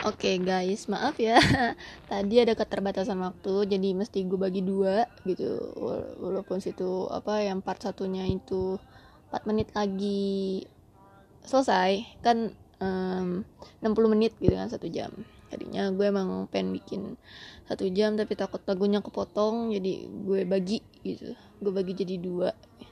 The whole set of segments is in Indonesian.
Oke guys, maaf ya. Tadi ada keterbatasan waktu, jadi mesti gue bagi dua gitu. Walaupun situ yang part satunya itu 4 menit lagi selesai, kan 60 menit gitu kan, 1 jam. Tadinya gue emang pengen bikin 1 jam, tapi takut lagunya kepotong, jadi gue bagi gitu. Gue bagi jadi 2.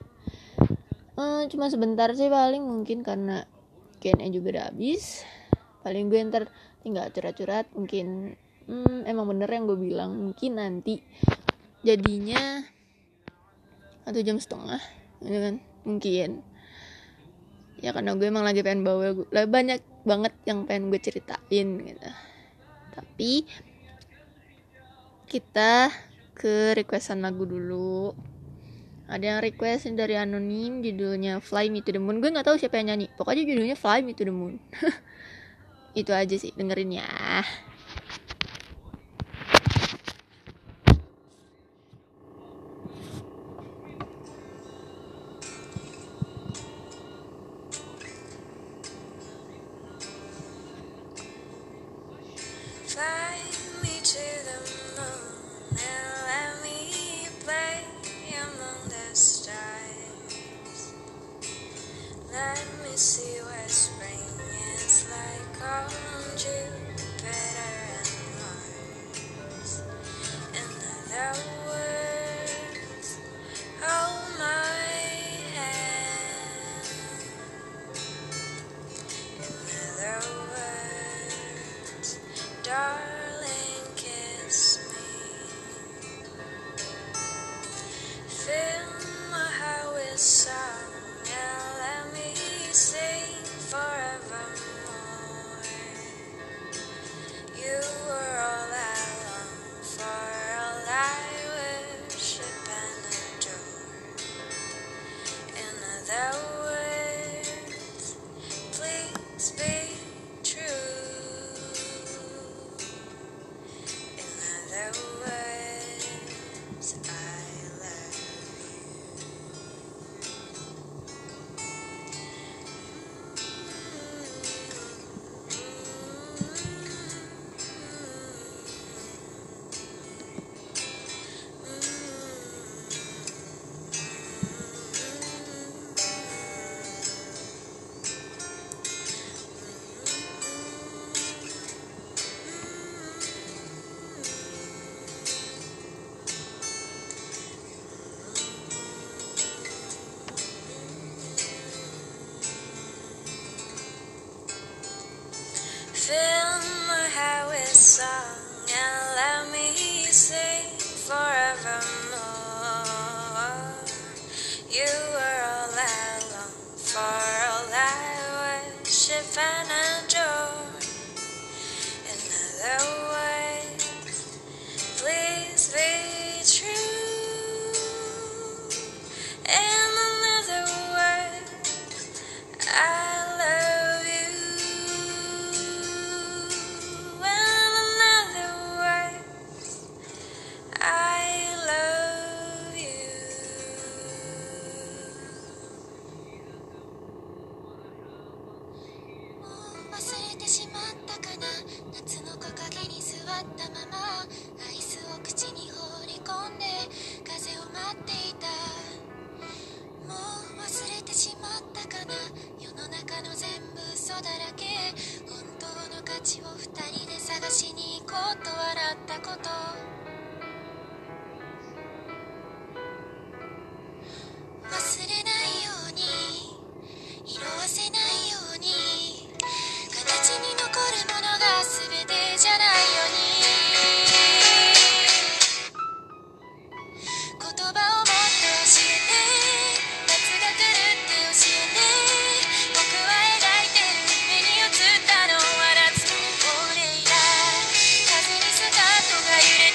Cuma sebentar sih paling, mungkin karena Q&A juga udah habis. Paling gue ntar tinggal curhat-curhat, mungkin emang bener yang gue bilang, mungkin nanti jadinya 1,5 jam gitu kan, mungkin ya, karena gue emang lagi pengen bawel, banyak banget yang pengen gue ceritain gitu. Tapi kita ke requestan lagu dulu. Ada yang request dari anonim, judulnya Fly Me to the Moon. Gue nggak tahu siapa yang nyanyi, pokoknya judulnya Fly Me to the Moon. Itu aja sih, dengerin ya. Fly me to the moon and let me play among the stars. Let me see what spring is like on Jupiter and Mars. In other words, hold my hand. In other words, darling, kiss me. Fill my heart with song and let me sing forevermore. You were all I long for, all I worship and adore. In other words, please be true. In other words, I love Fill my heart with song and let me sing forevermore. You were all I long for, all I worship and adore. In other words, please be true. In another word, I love you. In another word, I love you. もう忘れてしまったかな、夏の木陰に座ったままアイスを口に放り込んで風を待っていた。もう忘れてしまったかな、世の中の全部嘘だらけ、本当の価値を二人で探しに行こうと笑ったこと。忘れないように、色あせないように、形に残るものが全てじゃないように、言葉をもっと教えて、夏が来るって教えて、僕は描いてる目に映ったのは夏のオーレイラ、風にスカートが揺れ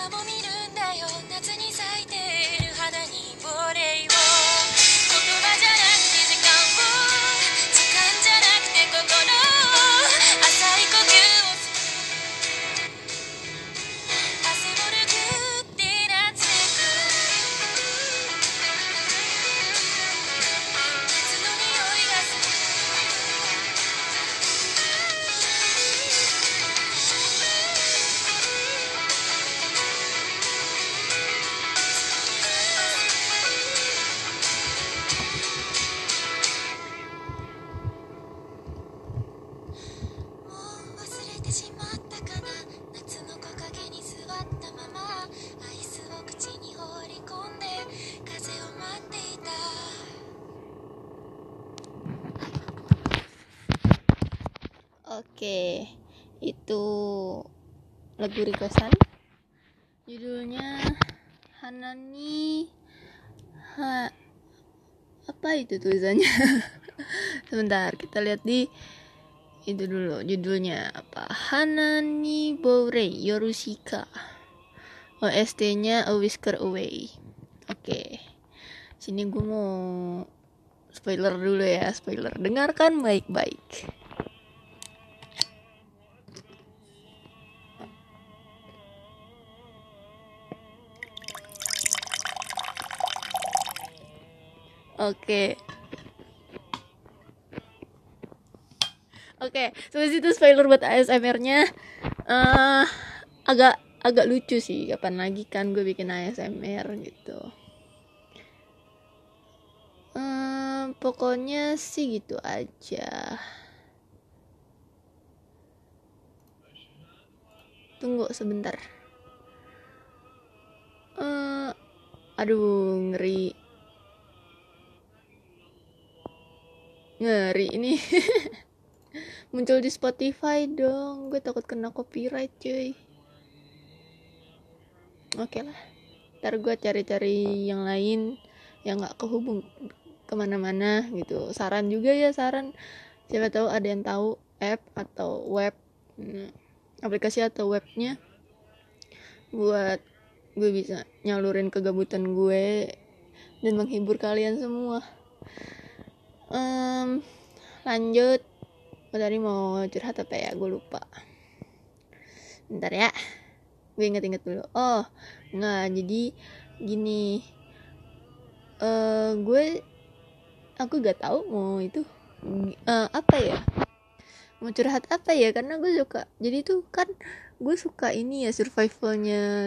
今も見るんだよ夏に咲いている花にお礼を言葉じゃなくて時間じゃなくて心浅い呼吸をする汗も拭って懐く夏の匂いがするもう忘れてしまったかな夏の木陰に座ったままアイスを口に放り込んで風を待っていた Oke, itu lagu requestan. Judulnya Hanani. Apa itu tulisannya? Sebentar, kita lihat di itu dulu. Judulnya apa? Hanani Bourei Yorushika. OST-nya A Whisker Away. Oke. Sini gue mau spoiler dulu ya, spoiler. Dengarkan baik-baik. Oke, sampai situ spoiler buat ASMR-nya. Agak lucu sih. Kapan lagi kan gue bikin ASMR gitu. Pokoknya sih gitu aja. Tunggu sebentar. Aduh, ngeri ini. Muncul di Spotify dong. Gue takut kena copyright cuy. Oke lah, ntar gue cari-cari yang lain yang gak kehubung kemana-mana gitu. Saran juga ya, siapa tahu ada yang tahu app atau web, aplikasi atau webnya buat gue bisa nyalurin kegabutan gue dan menghibur kalian semua. Lanjut. Tadi mau curhat apa ya, gue lupa. Bentar ya, gue inget-inget dulu. Oh nggak, jadi gini, aku gak tahu mau itu apa ya, mau curhat apa ya, karena gue suka, jadi tuh kan gue suka ini ya, survival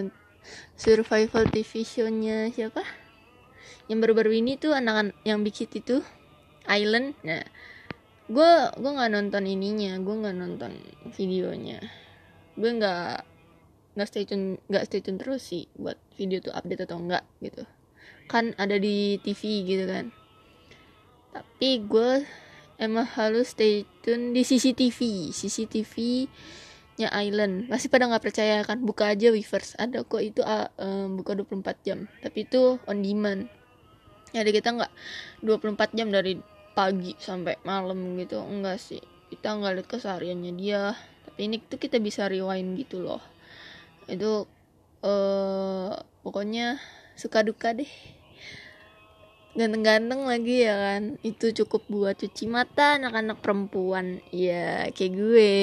TV show-nya siapa yang baru-baru ini tuh, anak yang bikin itu Island. Nah, gue nggak nonton ininya, gue nggak nonton videonya, gue nggak stay tune terus sih buat video tuh update atau enggak gitu kan, ada di TV gitu kan. Tapi gue emang harus stay tune di CCTV nya Island. Masih pada nggak percaya kan, buka aja Weverse, ada kok itu buka 24 jam, tapi itu on demand. Jadi kita nggak 24 jam dari pagi sampai malam gitu, enggak sih, kita nggak lihat kesehariannya dia. Tapi ini tuh kita bisa rewind gitu loh. Itu pokoknya suka duka deh, ganteng-ganteng lagi ya kan. Itu cukup buat cuci mata anak-anak perempuan ya kayak gue.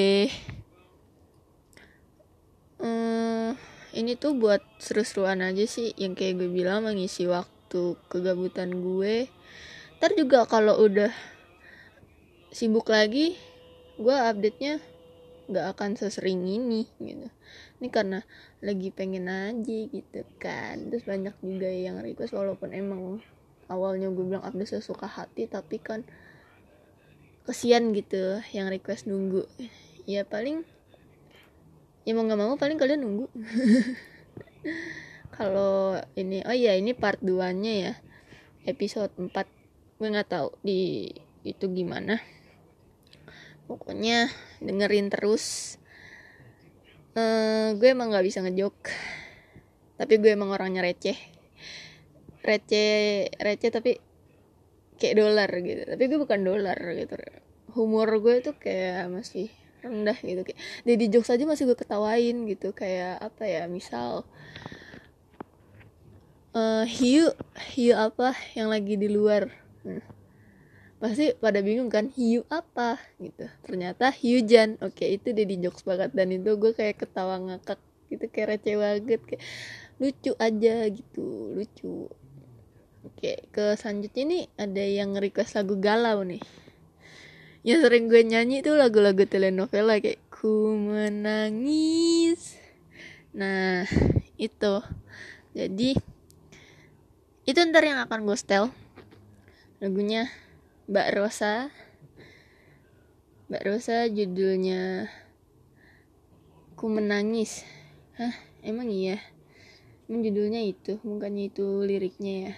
Ini tuh buat seru-seruan aja sih, yang kayak gue bilang, mengisi waktu kegabutan gue. Ntar juga kalau udah sibuk lagi, gue update-nya gak akan sesering ini gitu. Ini karena lagi pengen aja gitu kan. Terus banyak juga yang request, walaupun emang awalnya gue bilang update sesuka hati, tapi kan kesian gitu yang request nunggu. Ya paling, ya mau gak mau paling kalian nunggu. Kalau ini, oh iya, ini part 2-nya ya, episode 4. Gue gak tahu di itu gimana. Pokoknya dengerin terus. Gue emang gak bisa ngejok, tapi gue emang orangnya receh tapi kayak dolar gitu. Tapi gue bukan dolar gitu. Humor gue tuh kayak masih rendah gitu, kayak Daddy jokes aja masih gue ketawain gitu. Kayak apa ya, misal hiu apa yang lagi di luar, pasti pada bingung kan, hiu apa gitu, ternyata hujan. Oke, itu Daddy jokes banget, dan itu gue kayak ketawa ngakak gitu, kayak receh banget, kayak lucu aja gitu, lucu. Oke, ke selanjutnya nih ada yang request lagu galau nih. Yang sering gue nyanyi tuh lagu-lagu telenovela kayak Ku Menangis. Nah, itu. Jadi itu ntar yang akan gue setel. Lagunya Mbak Rosa judulnya Ku Menangis. Hah, emang iya? Emang judulnya itu, bukannya itu liriknya ya?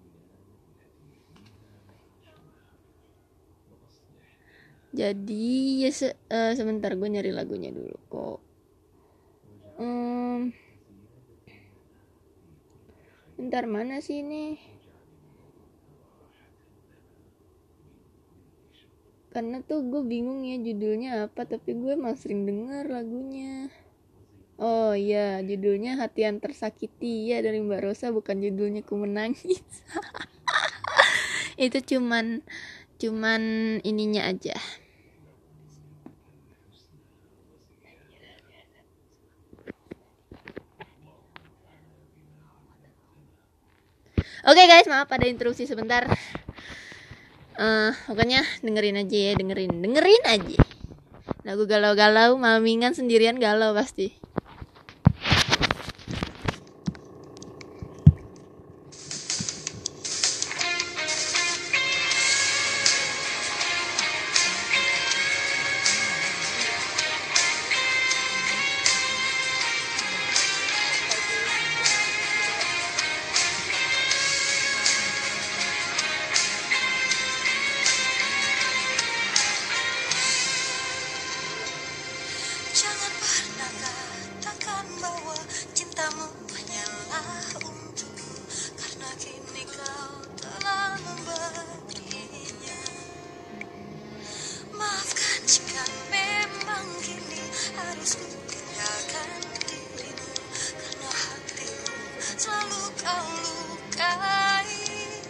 Jadi ya sebentar gue nyari lagunya dulu kok. Bentar, mana sih ini? Karena tuh gue bingung ya judulnya apa, tapi gue emang sering denger lagunya. Oh iya, judulnya Hati yang Tersakiti ya, dari Mbak Rosa, bukan judulnya Ku Menangis. Itu cuman ininya aja. Oke guys, maaf ada interupsi sebentar. Pokoknya dengerin aja ya, dengerin aja. Lagu galau-galau, malamingan sendirian galau pasti. Jangan pernah katakan bahwa cintamu hanyalah untukku, karena kini kau telah memberinya. Maafkan jika memang kini harus ku tinggalkan dirimu, karena hatiku selalu kau lukai.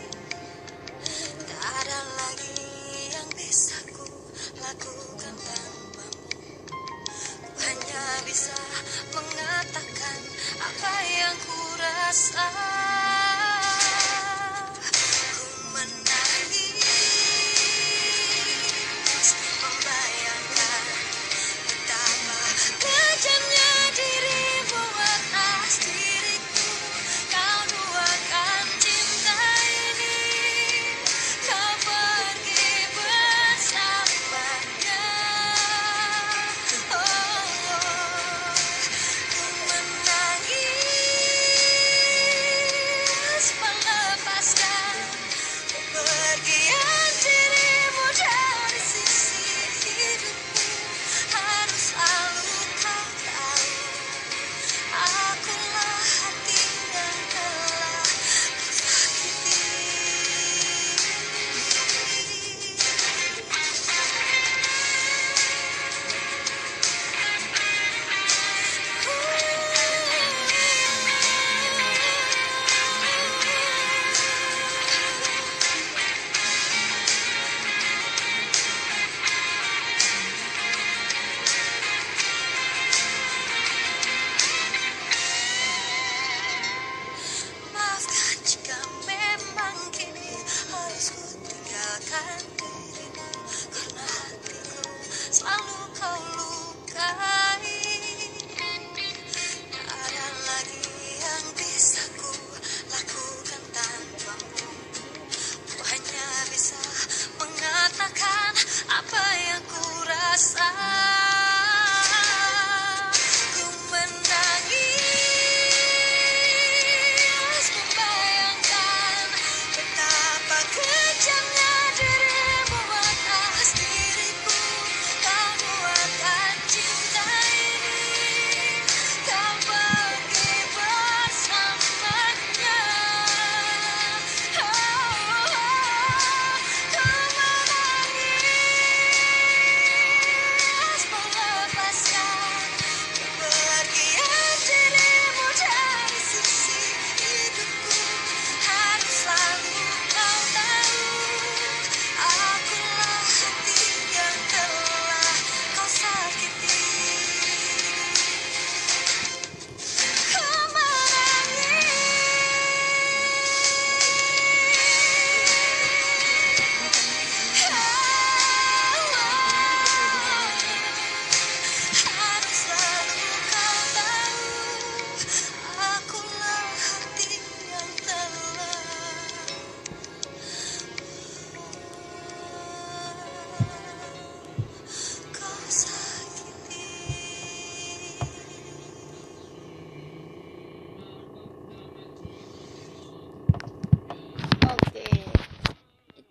Tak ada lagi yang bisa ku lakukan tanpamu. Hanya bisa mengatakan apa yang ku rasa. Ku menangis, membayangkan betapa kejamnya dirimu atas diriku. Kau duakan cinta ini, kau pergi bersamanya.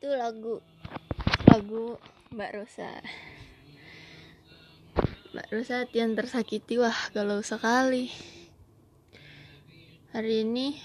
itu lagu Mbak Rosa Hati yang Tersakiti. Wah, galau sekali hari ini.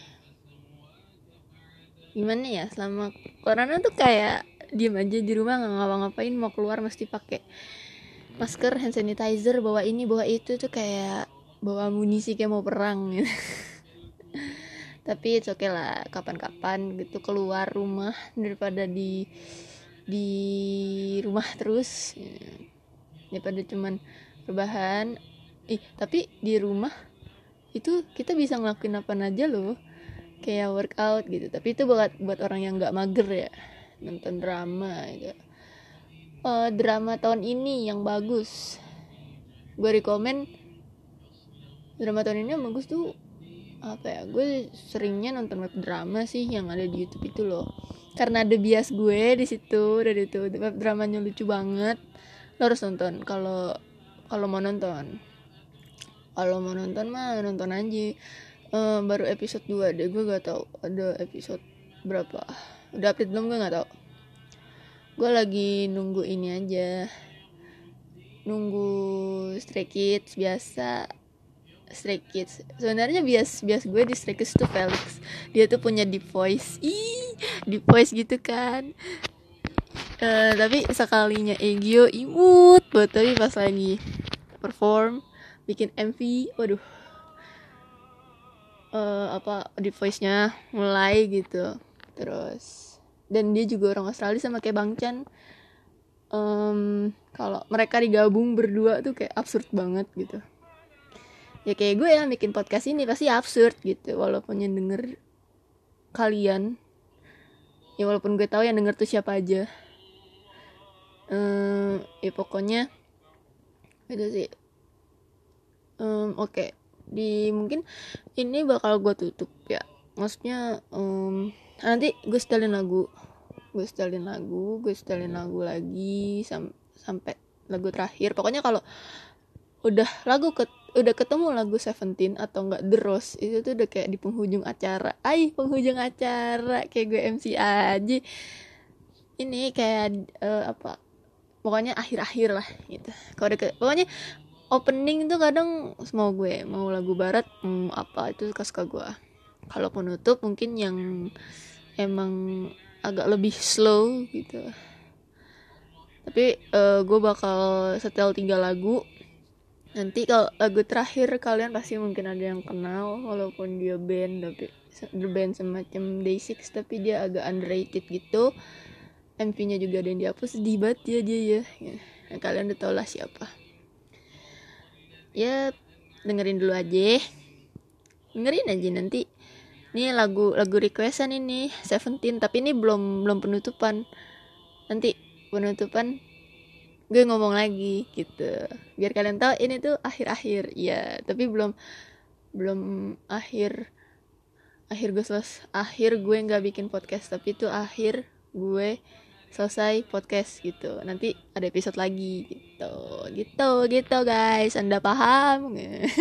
Gimana ya, selama corona tuh kayak diem aja di rumah, nggak ngapa-ngapain. Mau keluar mesti pakai masker, hand sanitizer, bawa ini bawa itu, tuh kayak bawa amunisi kayak mau perang gitu. Tapi it's okay lah, kapan-kapan gitu keluar rumah daripada di rumah terus, daripada cuman rebahan. Tapi di rumah itu kita bisa ngelakuin apa aja loh, kayak workout gitu. Tapi itu buat orang yang nggak mager ya, nonton drama gitu. Drama tahun ini yang bagus, gue rekomen drama tahun ini yang bagus tuh apa ya, gue seringnya nonton web drama sih yang ada di YouTube itu loh, karena ada bias gue di situ. Dari itu web dramanya lucu banget, lo harus nonton. Kalau mau nonton mah nonton aja. Baru episode 2 deh, gue gak tahu ada episode berapa, udah update belum gue gak tahu. Gue lagi nunggu ini aja, nunggu Stray Kids biasa. Stray Kids sebenarnya bias gue di Stray Kids tuh Felix. Dia tuh punya deep voice gitu kan. Tapi sekalinya Egyo imut banget. Tapi pas lagi perform bikin MV, waduh, deep voice-nya mulai gitu. Terus dan dia juga orang Australia sama kayak Bang Chan. Kalau mereka digabung berdua tuh kayak absurd banget gitu. Ya kayak gue yang bikin podcast ini pasti absurd gitu, walaupun yang denger kalian, ya walaupun gue tahu yang denger tuh siapa aja. Ya pokoknya itu sih. Oke. Mungkin ini bakal gue tutup ya, maksudnya nanti gue setelin lagu lagi sampai lagu terakhir. Pokoknya kalau udah ketemu lagu Seventeen atau enggak The Rose, itu tuh udah kayak di penghujung acara. Kayak gue MC aja. Ini kayak pokoknya akhir-akhir lah gitu. Kalau pokoknya opening tuh kadang mau lagu barat, apa itu suka gue. Kalau penutup mungkin yang emang agak lebih slow gitu. Tapi gue bakal setel 3 lagu. Nanti kalau lagu terakhir kalian pasti mungkin ada yang kenal, walaupun dia band semacam Day6, tapi dia agak underrated gitu. MV-nya juga ada yang dihapus, sedih banget dia. Nah, kalian udah tau lah siapa. Ya dengerin dulu aja. Nanti. Ini lagu requestan ini Seventeen, tapi ini belum penutupan. Nanti penutupan gue ngomong lagi gitu, biar kalian tahu ini tuh akhir ya. Tapi belum akhir gue nggak bikin podcast, tapi itu akhir gue selesai podcast gitu. Nanti ada episode lagi gitu guys. Anda paham?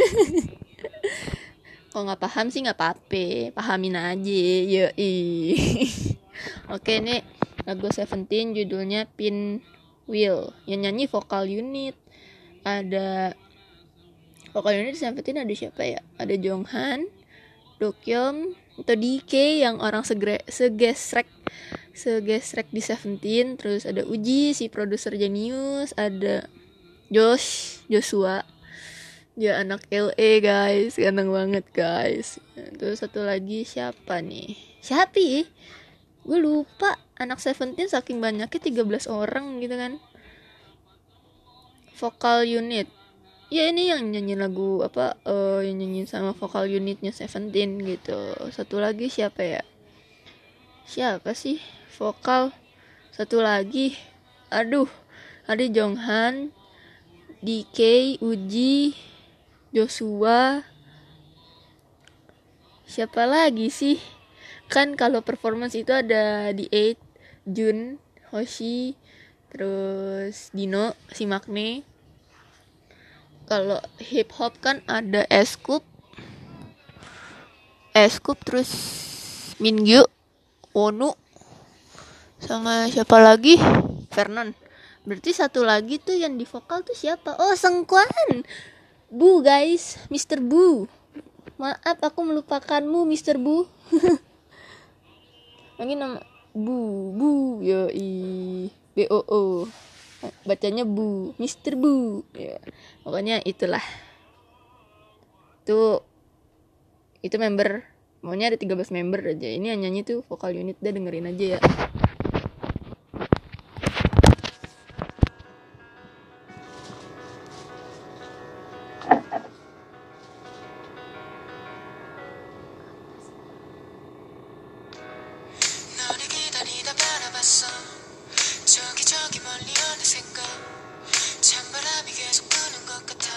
Kalau nggak paham sih nggak apa-apa, pahamin aja. Yoi. Oke, nih lagu Seventeen judulnya Pinwheel. Yang nyanyi Vocal Unit. Ada Vocal Unit Seventeen, ada siapa ya? Ada Jonghan, Dokyeom, atau DK yang orang segesrek di Seventeen. Terus ada Uji, si produser Genius. Ada Joshua, dia anak LA guys, ganteng banget guys. Terus satu lagi siapa nih? Gue lupa. Anak Seventeen saking banyaknya 13 orang gitu kan. Vocal Unit. Ya ini yang nyanyi lagu yang nyanyi sama vocal unitnya Seventeen gitu. Satu lagi siapa ya? Siapa sih vokal? Satu lagi. Aduh, ada Jonghan, DK, Uji, Joshua. Siapa lagi sih? Kan kalau performance itu ada D8, Jun, Hoshi, terus Dino, si Magne. Kalau hip hop kan ada Scoop, terus Mingyu, Wonu, Sama siapa lagi? Vernon. Berarti satu lagi tuh yang di vokal tuh siapa? Oh, Sengkuan. Bu guys, Mr. Bu. Maaf aku melupakanmu Mr. Bu. Lagi nama Bu yoi BOO. Bacanya Bu, Mr. Bu. Ya. Pokoknya itulah. Itu member, maunya ada 13 member aja. Ini yang nyanyi tuh vokal unit, dah dengerin aja ya. 너를 기다리다 바라봤어 저기 멀리 어느샌가 찬바람이 계속 부는 것 같아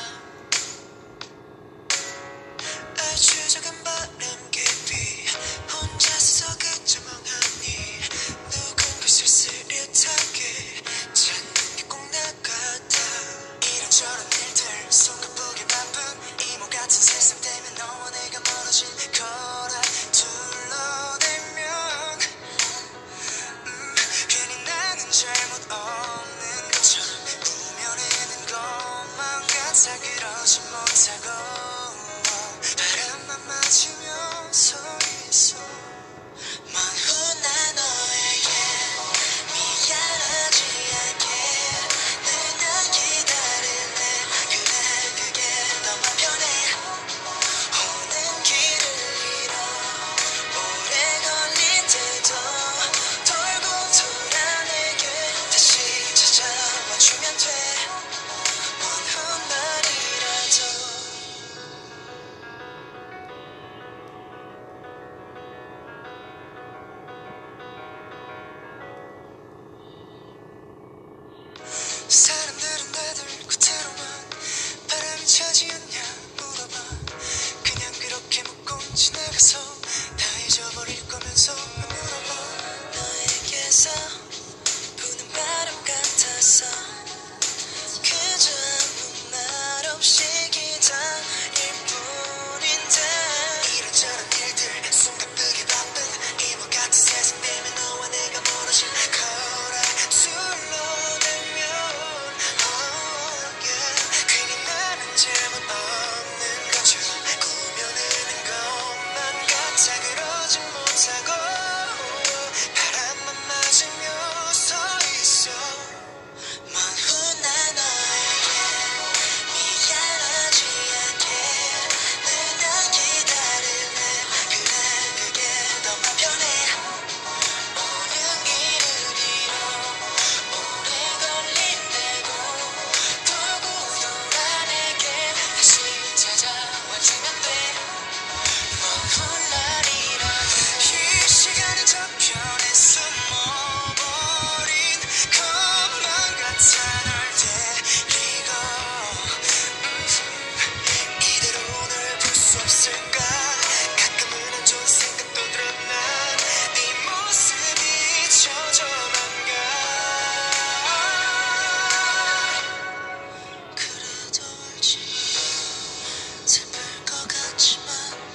아주 작은 바람 깊이 혼자서 그저 멍하니 누군가 쓸쓸하게 찾는 게 꼭 나 같아 이런저런 일들 손가쁘게 바쁜 이모 같은 세상 때문에 너와 내가 멀어진 거라 둘러대면 괜히 나는 잘못 없는 것처럼 꾸며내는 것만 같아 그러지 못하고 바람만 맞으며 서 있어 먼 훗날 너에게 미안하지 않게 늘 날 기다릴래 그래 그게 너만 편해 오는 길을 잃어 오래 걸릴 때도 돌고 돌아 내게 다시 찾아와주면 돼 먼 훗날이라도 사람들은 다들 겉으로만 바람이 차지했냐 물어봐 그냥 그렇게 묻고 지나가서 다 잊어버릴 거면서 물어봐 너에게서 부는 바람 같았어 그저 아무 말 없이 기다릴 뿐인데 이런저런 일들 손가쁘게 바쁜 이모 같은 세상 때문에 너와 내가 멀어질 거라 둘러대면 괜히 나는 잘못 없는 것처럼 꾸며내는 것만 같아 그러지 못하고 바람만 맞으며 서 있어 먼 훗날 너에게 미안하지 않게 늘 날 기다릴래 그래 그게 너만 편해 오는 길을 잃어 오래 걸릴 때고 돌고 돌아 내게 다시 찾아와주면 돼먼 훗날이라도 이 시간은 저편에 숨어버린 것만 같아 널 데리고 이대로 널 볼 수 없을까 가끔은 안 좋은 생각도 들어 난네 모습이 처져만 가 그래도 알지 슬플 것 같지만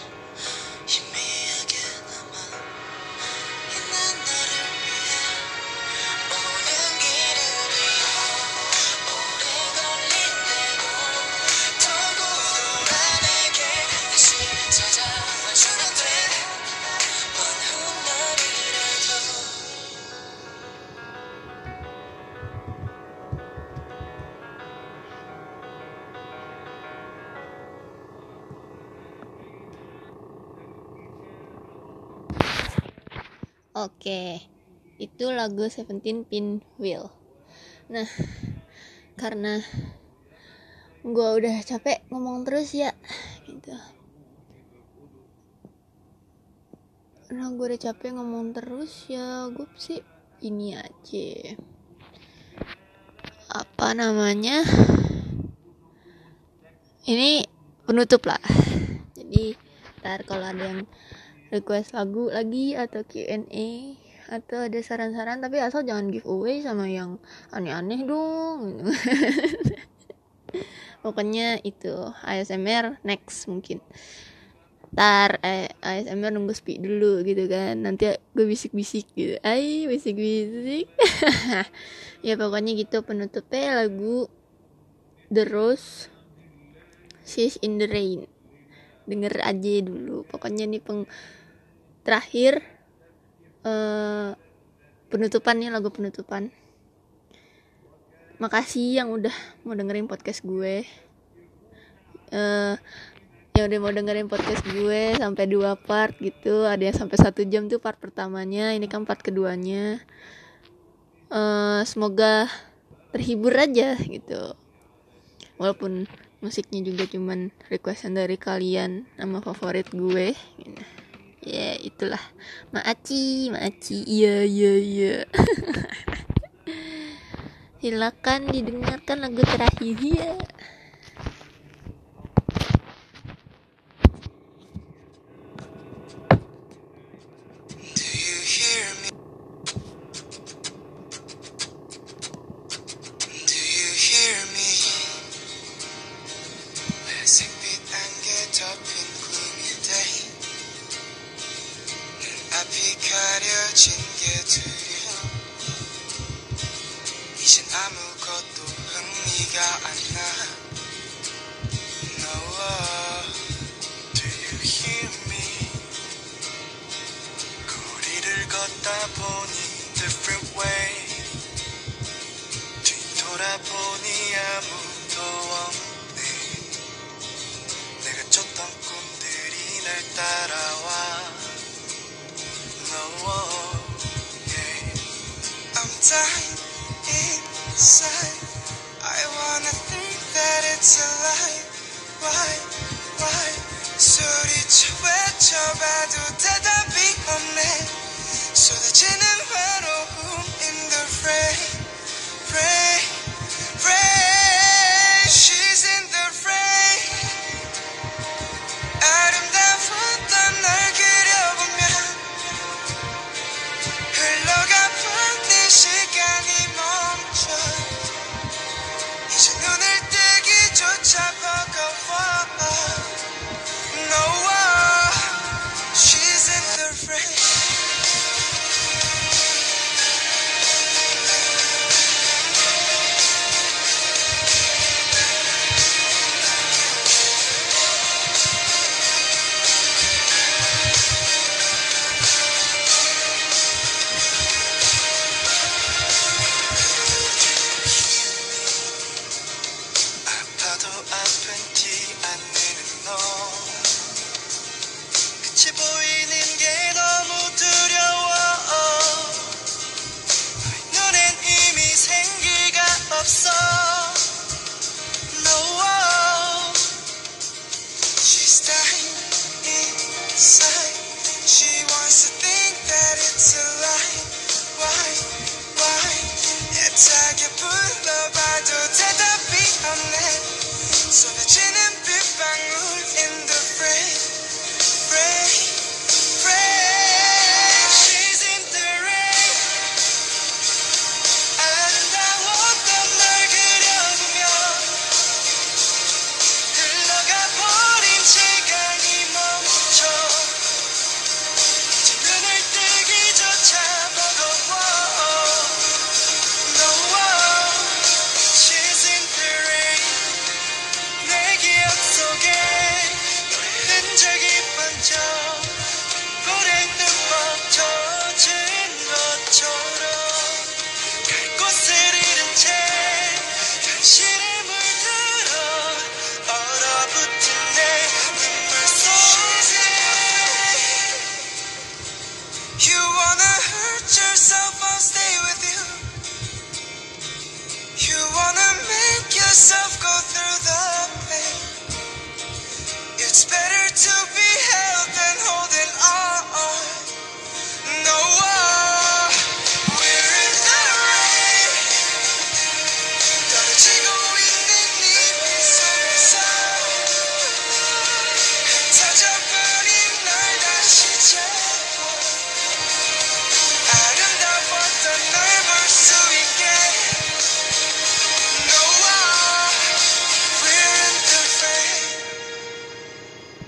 희미하게나마 있는 너를 위해 오는 길을 잃어 오래 걸릴 때고 돌고 돌아 내게 다시 찾아와주면 돼먼 훗날이라도 Oke, itu lagu Seventeen Pinwheel. Nah, karena gue udah capek ngomong terus ya, gitu. Karena gue udah capek ngomong terus ya, gue sih ini aja. Apa namanya? Ini penutup lah. Jadi, ntar kalau ada yang request lagu lagi atau Q&A atau ada saran-saran, tapi asal jangan giveaway sama yang aneh-aneh dong. Pokoknya itu ASMR next mungkin. Ntar ASMR nunggu sepi dulu gitu kan, nanti gue bisik-bisik gitu, bisik-bisik. Ya pokoknya gitu, penutupnya lagu The Rose, She's in the Rain. Denger aja dulu, pokoknya nih terakhir penutupannya, lagu penutupan. Makasih yang udah mau dengerin podcast gue, yang udah mau dengerin podcast gue sampai 2 part gitu. Ada yang sampai 1 jam tuh part pertamanya, ini kan part keduanya. Semoga terhibur aja gitu, walaupun musiknya juga cuman requestan dari kalian sama favorit gue. Ya itulah, maaci iya. Silakan didengarkan lagu terakhir ya. 앞이 가려진 게 두려워. 이젠 아무것도 흥미가 안 나. No, do you hear me? 거리를 걷다 보니 different way. 뒤돌아보니 아무도 없네. 내가 쫓던 꿈들이 날 따라와. I'm dying inside. I wanna think that it's alive. Why? 소리쳐 외쳐봐도 대답이 없네. 쏟아지는 외로움 in the rain. She's in the rain. 아름다웠던 날 그려보면 흘러가본 네 시간이 멈춰. 이제 눈을 뜨기조차 버거워. No, she's in the rain. 아프지 않는 너, 끝이 보이는